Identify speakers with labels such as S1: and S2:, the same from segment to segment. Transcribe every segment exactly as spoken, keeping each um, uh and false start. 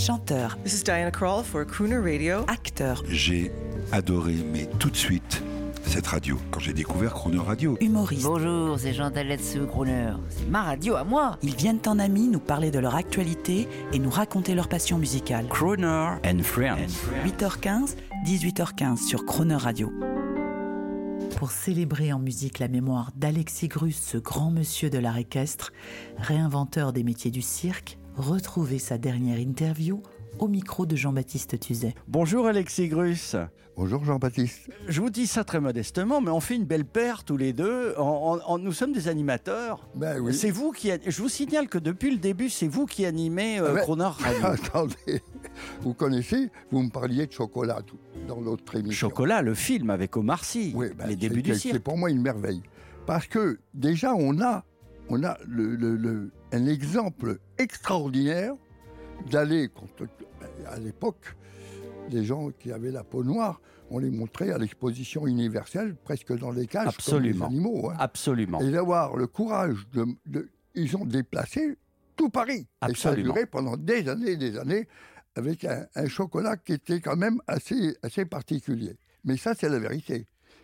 S1: chanteur,
S2: This is Diana Krall for Crooner Radio.
S1: acteur,
S3: J'ai adoré, mais tout de suite, cette radio, quand j'ai découvert Crooner Radio.
S1: humoriste.
S4: Bonjour, c'est Jean Taletsu, Crooner. C'est ma radio à moi.
S1: Ils viennent en amis nous parler de leur actualité et nous raconter leur passion musicale.
S3: Crooner and Friends.
S1: huit heures quinze, dix-huit heures quinze sur Crooner Radio. Pour célébrer en musique la mémoire d'Alexis Grus, ce grand monsieur de l'art équestre, réinventeur des métiers du cirque, retrouvez sa dernière interview au micro de Jean-Baptiste Tuzet.
S5: Bonjour Alexis Grus.
S6: Bonjour Jean-Baptiste.
S5: Je vous dis ça très modestement, mais on fait une belle paire tous les deux. En, en- en- nous sommes des animateurs.
S6: Ben oui.
S5: C'est vous qui. a- Je vous signale que depuis le début, c'est vous qui animez euh,
S6: Ah ben-
S5: Crooner Radio.
S6: Attendez, vous connaissez, vous me parliez de chocolat tout, dans l'autre émission.
S5: Chocolat, le film avec Omar Sy,
S6: Oui, ben,
S5: les
S6: c'est
S5: débuts du
S6: que- C'est
S5: cirque.
S6: pour moi une merveille. Parce que déjà, on a, on a le, le- le- un exemple extraordinaire d'aller, contre- ben, à l'époque, les gens qui avaient la peau noire, on les montrait à l'exposition universelle, presque dans les cages,
S5: Absolument.
S6: comme les animaux. hein.
S5: Absolument.
S6: Et d'avoir le courage de, de- Ils ont déplacé tout Paris. Et ça a
S5: Absolument.
S6: duré pendant des années et des années, avec un, un chocolat qui était quand même assez, assez particulier. Mais ça, c'est la vérité.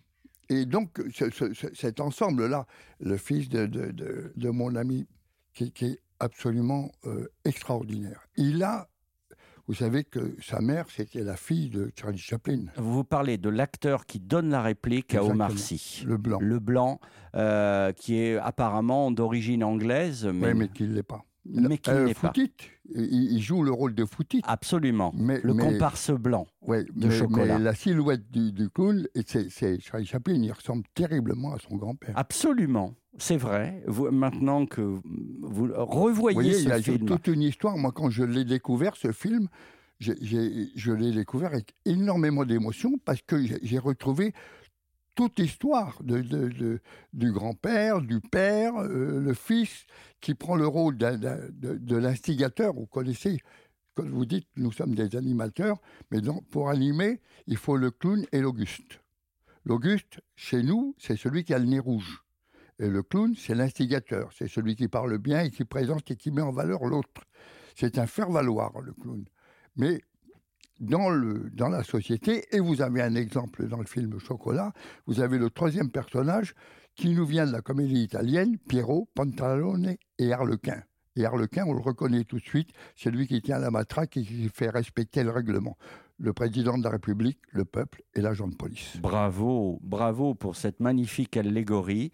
S6: Et donc, ce- ce- ce- cet ensemble-là, le fils de, de, de- de mon ami, qui, qui est absolument euh, extraordinaire. Il a... Vous savez que sa mère, c'était la fille de Charlie Chaplin,
S5: Vous vous parlez de l'acteur qui donne la réplique à Omar
S6: Exactement.
S5: Sy.
S6: le blanc.
S5: Le blanc, euh, qui est apparemment d'origine anglaise, mais,
S6: Oui, mais qu'il ne l'est pas.
S5: Mais qu'il
S6: Euh,
S5: n'est pas.
S6: Foutit, il, il joue le rôle de Foutit.
S5: absolument.
S6: Mais-
S5: le
S6: mais-
S5: comparse blanc.
S6: Ouais,
S5: de
S6: mais,
S5: chocolat.
S6: mais la silhouette du, du clown, et c'est, c'est Charlie Chaplin, il ressemble terriblement à son grand-père.
S5: Absolument, c'est vrai. Vous, maintenant que vous revoyez
S6: Vous voyez,
S5: ce
S6: il a
S5: film,
S6: toute une histoire. Moi, quand je l'ai découvert, ce film, j'ai, j'ai- je l'ai découvert avec énormément d'émotion parce que j'ai, j'ai retrouvé toute l'histoire de, de- de- du grand-père, du père, euh, le fils qui prend le rôle d'un- d'un- de, de l'instigateur. Vous connaissez, quand vous dites, nous sommes des animateurs, mais dans- pour animer, il faut le clown et l'Auguste. L'Auguste, chez nous, c'est celui qui a le nez rouge. Et le clown, c'est l'instigateur. C'est celui qui parle bien et qui présente et qui met en valeur l'autre. C'est un faire-valoir, le clown. Mais dans, le, dans la société, et vous avez un exemple dans le film Chocolat, vous avez le troisième personnage qui nous vient de la comédie italienne, Piero, Pantalone et Harlequin. Et Harlequin, on le reconnaît tout de suite, c'est lui qui tient la matraque et qui fait respecter le règlement. Le président de la République, le peuple et l'agent de police.
S5: bravo, bravo pour cette magnifique allégorie.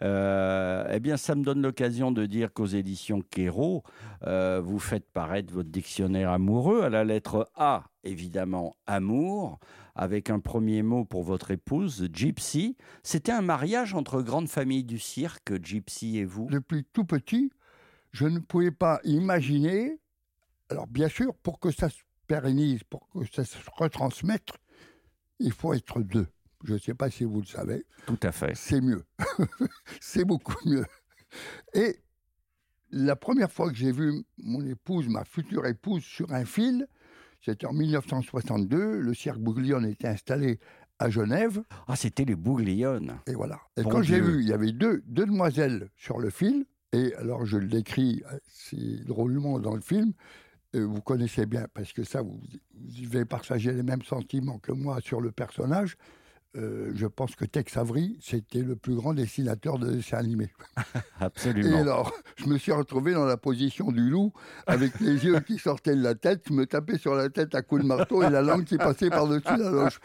S5: Euh, eh bien, ça me donne l'occasion de dire qu'aux éditions Kéro, euh, vous faites paraître votre dictionnaire amoureux à la lettre A, évidemment, amour, avec un premier mot pour votre épouse, Gypsy. C'était un mariage entre grandes familles du cirque, Gypsy et vous.
S6: Depuis tout petit, je ne pouvais pas imaginer, alors bien sûr, pour que ça se pérennise, pour que ça se retransmette, il faut être deux. Je ne sais pas si vous le savez,
S5: Tout à fait.
S6: c'est mieux. C'est beaucoup mieux. Et la première fois que j'ai vu mon épouse, ma future épouse, sur un fil, c'était en mille neuf cent soixante-deux, le cirque Bouglione était installé à Genève,
S5: Ah, c'était les Bouglionnes.
S6: et voilà. Et
S5: Bon
S6: quand j'ai
S5: Dieu.
S6: vu, il y avait deux, deux demoiselles sur le fil, et alors je le décris assez drôlement dans le film, euh, vous connaissez bien, parce que ça, vous, vous devez partager les mêmes sentiments que moi sur le personnage. Euh, je pense que Tex Avery, c'était le plus grand dessinateur de dessins animés. Et
S5: Absolument.
S6: alors, je me suis retrouvé dans la position du loup, avec les yeux qui sortaient de la tête, je me tapais sur la tête à coups de marteau et la langue qui passait par-dessus la loge.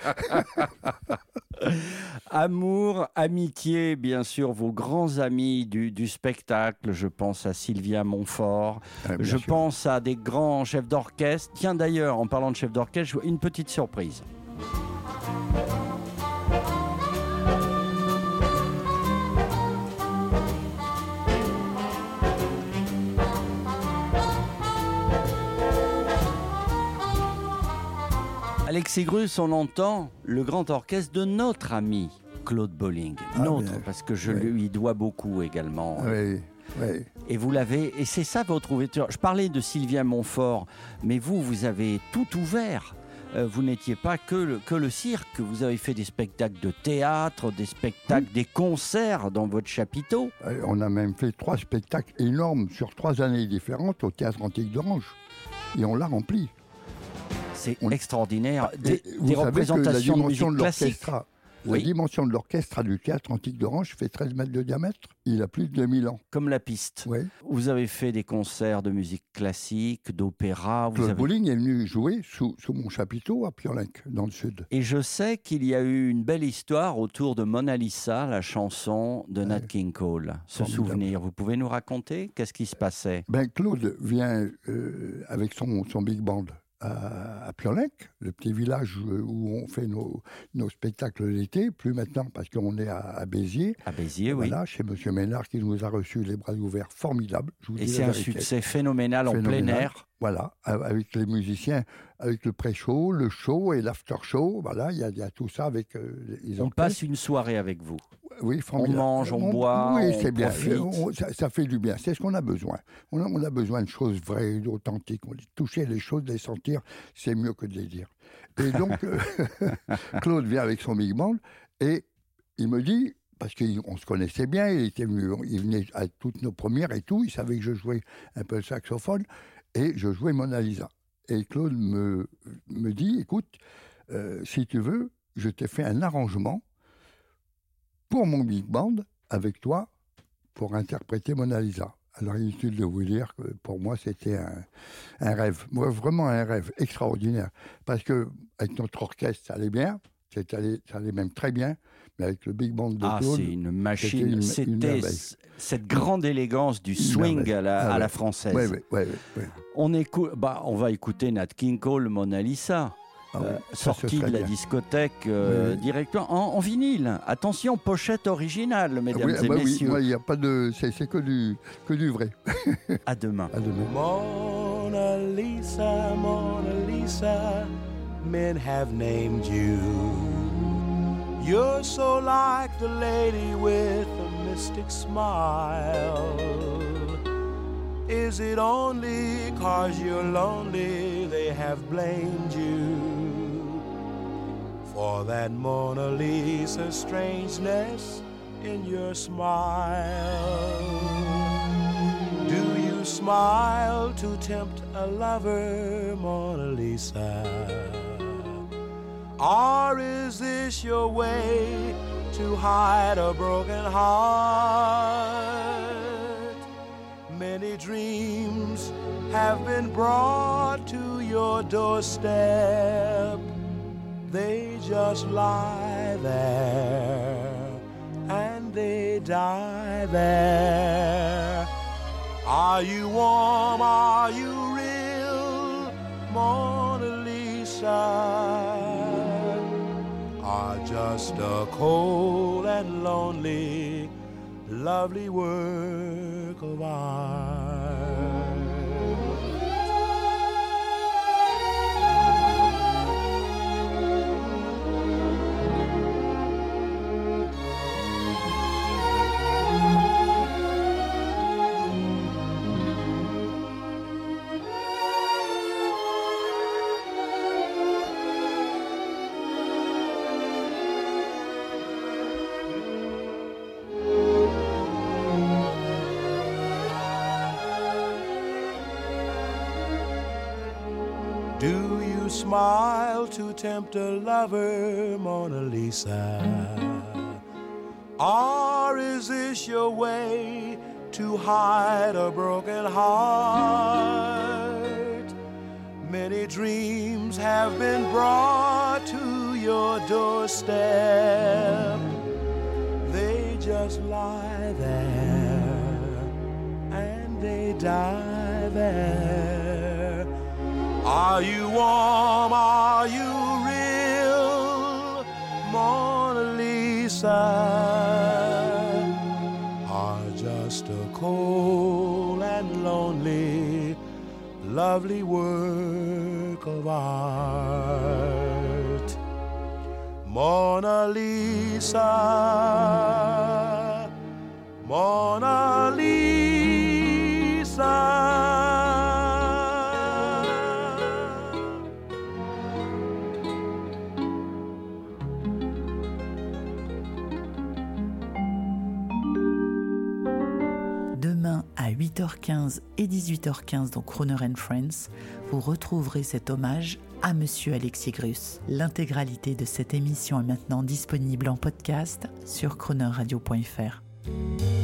S5: Amour, amitié, bien sûr, vos grands amis du, du spectacle. Je pense à Sylvia Montfort.
S6: Ah, bien
S5: Je
S6: sûr.
S5: pense à des grands chefs d'orchestre. Tiens, d'ailleurs, en parlant de chefs d'orchestre, une petite surprise. Alexis Grus, on entend le grand orchestre de notre ami Claude Bolling.
S6: Ah,
S5: Notre,
S6: bien.
S5: parce que je
S6: Oui.
S5: lui dois beaucoup également.
S6: Oui, oui.
S5: Et vous l'avez, et c'est ça votre ouverture. Je parlais de Sylvia Montfort, mais vous, vous avez tout ouvert. Euh, vous n'étiez pas que le, que le cirque. Vous avez fait des spectacles de théâtre, des spectacles, des concerts dans votre chapiteau.
S6: Euh, On a même fait trois spectacles énormes sur trois années différentes au Théâtre Antique d'Orange. Et on l'a rempli.
S5: C'est
S6: On-
S5: extraordinaire. Des,
S6: Et vous
S5: des
S6: savez
S5: représentations
S6: que
S5: de
S6: la dimension
S5: musique
S6: de
S5: classique.
S6: l'orchestre, la
S5: Oui.
S6: dimension de l'orchestre du théâtre antique d'Orange fait treize mètres de diamètre. Il a plus de deux mille ans.
S5: Comme la piste.
S6: Ouais.
S5: Vous avez fait des concerts de musique classique, d'opéra. Vous
S6: Claude
S5: avez...
S6: Bouling est venu jouer sous, sous mon chapiteau à Piolenc, dans le sud.
S5: Et je sais qu'il y a eu une belle histoire autour de Mona Lisa, la chanson de Nat
S6: Ouais.
S5: King Cole. Ce
S6: Formidable.
S5: souvenir, vous pouvez nous raconter? Qu'est-ce qui se passait?
S6: Ben, Claude vient euh, avec son, son big band à, à Piolenc, le petit village où on fait nos, nos spectacles l'été, plus maintenant parce qu'on est à, à Béziers.
S5: À Béziers, oui.
S6: Voilà, chez Monsieur Ménard qui nous a reçus les bras ouverts, formidable. Je vous
S5: Et
S6: dis
S5: c'est
S6: la
S5: un
S6: vérité.
S5: succès phénoménal en plein
S6: Phénoménal.
S5: air.
S6: Voilà, avec les musiciens, avec le pré-show, le show et l'after-show. Voilà, il y, a- il y a tout ça avec euh, les
S5: On
S6: orchestres.
S5: passe une soirée avec vous.
S6: Oui, formidable.
S5: mange, on boit,
S6: oui,
S5: on
S6: c'est bien.
S5: profite.
S6: On- ça, ça fait du bien. C'est ce qu'on a besoin. On a, on a besoin de choses vraies, authentiques. On dit, toucher les choses, les sentir, c'est mieux que de les dire. Et donc, euh, Claude vient avec son big band et il me dit, parce qu'on se connaissait bien, il, était venu, il venait à toutes nos premières et tout, il savait que je jouais un peu le saxophone et je jouais Mona Lisa. Et Claude me, me dit, écoute, euh, si tu veux, je t'ai fait un arrangement pour mon big band, avec toi, pour interpréter Mona Lisa. Alors, inutile de vous dire que pour moi, c'était un, un rêve. Moi, vraiment un rêve extraordinaire. Parce que avec notre orchestre, ça allait bien, c'est allé- ça allait même très bien, mais avec le big band de
S5: Ah,
S6: Claude,
S5: c'est une
S6: c'était
S5: machine.
S6: une- une
S5: C'était
S6: merveille.
S5: c- cette grande élégance du swing
S6: merveille.
S5: à la,
S6: Ah
S5: à la
S6: ouais.
S5: française.
S6: ouais, ouais, ouais, ouais.
S5: On, écoute, bah, on va écouter Nat King Cole, Mona Lisa.
S6: Ah
S5: Euh,
S6: oui, ça, ce
S5: sorti de
S6: serait
S5: la
S6: bien.
S5: discothèque euh,
S6: Oui, oui.
S5: directement en, en vinyle. Attention, pochette originale,
S6: Ah
S5: mesdames
S6: oui, ah
S5: et
S6: bah oui,
S5: messieurs.
S6: moi, il y a pas de, c'est, c'est que du, que du vrai.
S5: À demain.
S6: À demain.
S7: Mona Lisa, Mona Lisa, men have named you. You're so like the lady with a mystic smile. Is it only 'cause you're lonely they have blamed you for that Mona Lisa strangeness in your smile? Do you smile to tempt a lover, Mona Lisa? Or is this your way to hide a broken heart? Many dreams have been brought to your doorstep. They just lie there and they die there. Are you warm? Are you real, Mona Lisa? Are just a cold and lonely, lovely work of art? Do you smile to tempt a lover, Mona Lisa? Or is this your way to hide a broken heart? Many dreams have been brought to your doorstep. They just lie there and they die there. Are you warm? Are you real, Mona Lisa? Are just a cold and lonely, lovely work of art? Mona Lisa, Mona Lisa.
S1: Demain à huit dix-sept heures quinze et dix-huit heures quinze dans Crooner and Friends, vous retrouverez cet hommage à Monsieur Alexis Grus. L'intégralité de cette émission est maintenant disponible en podcast sur crooner radio point f r.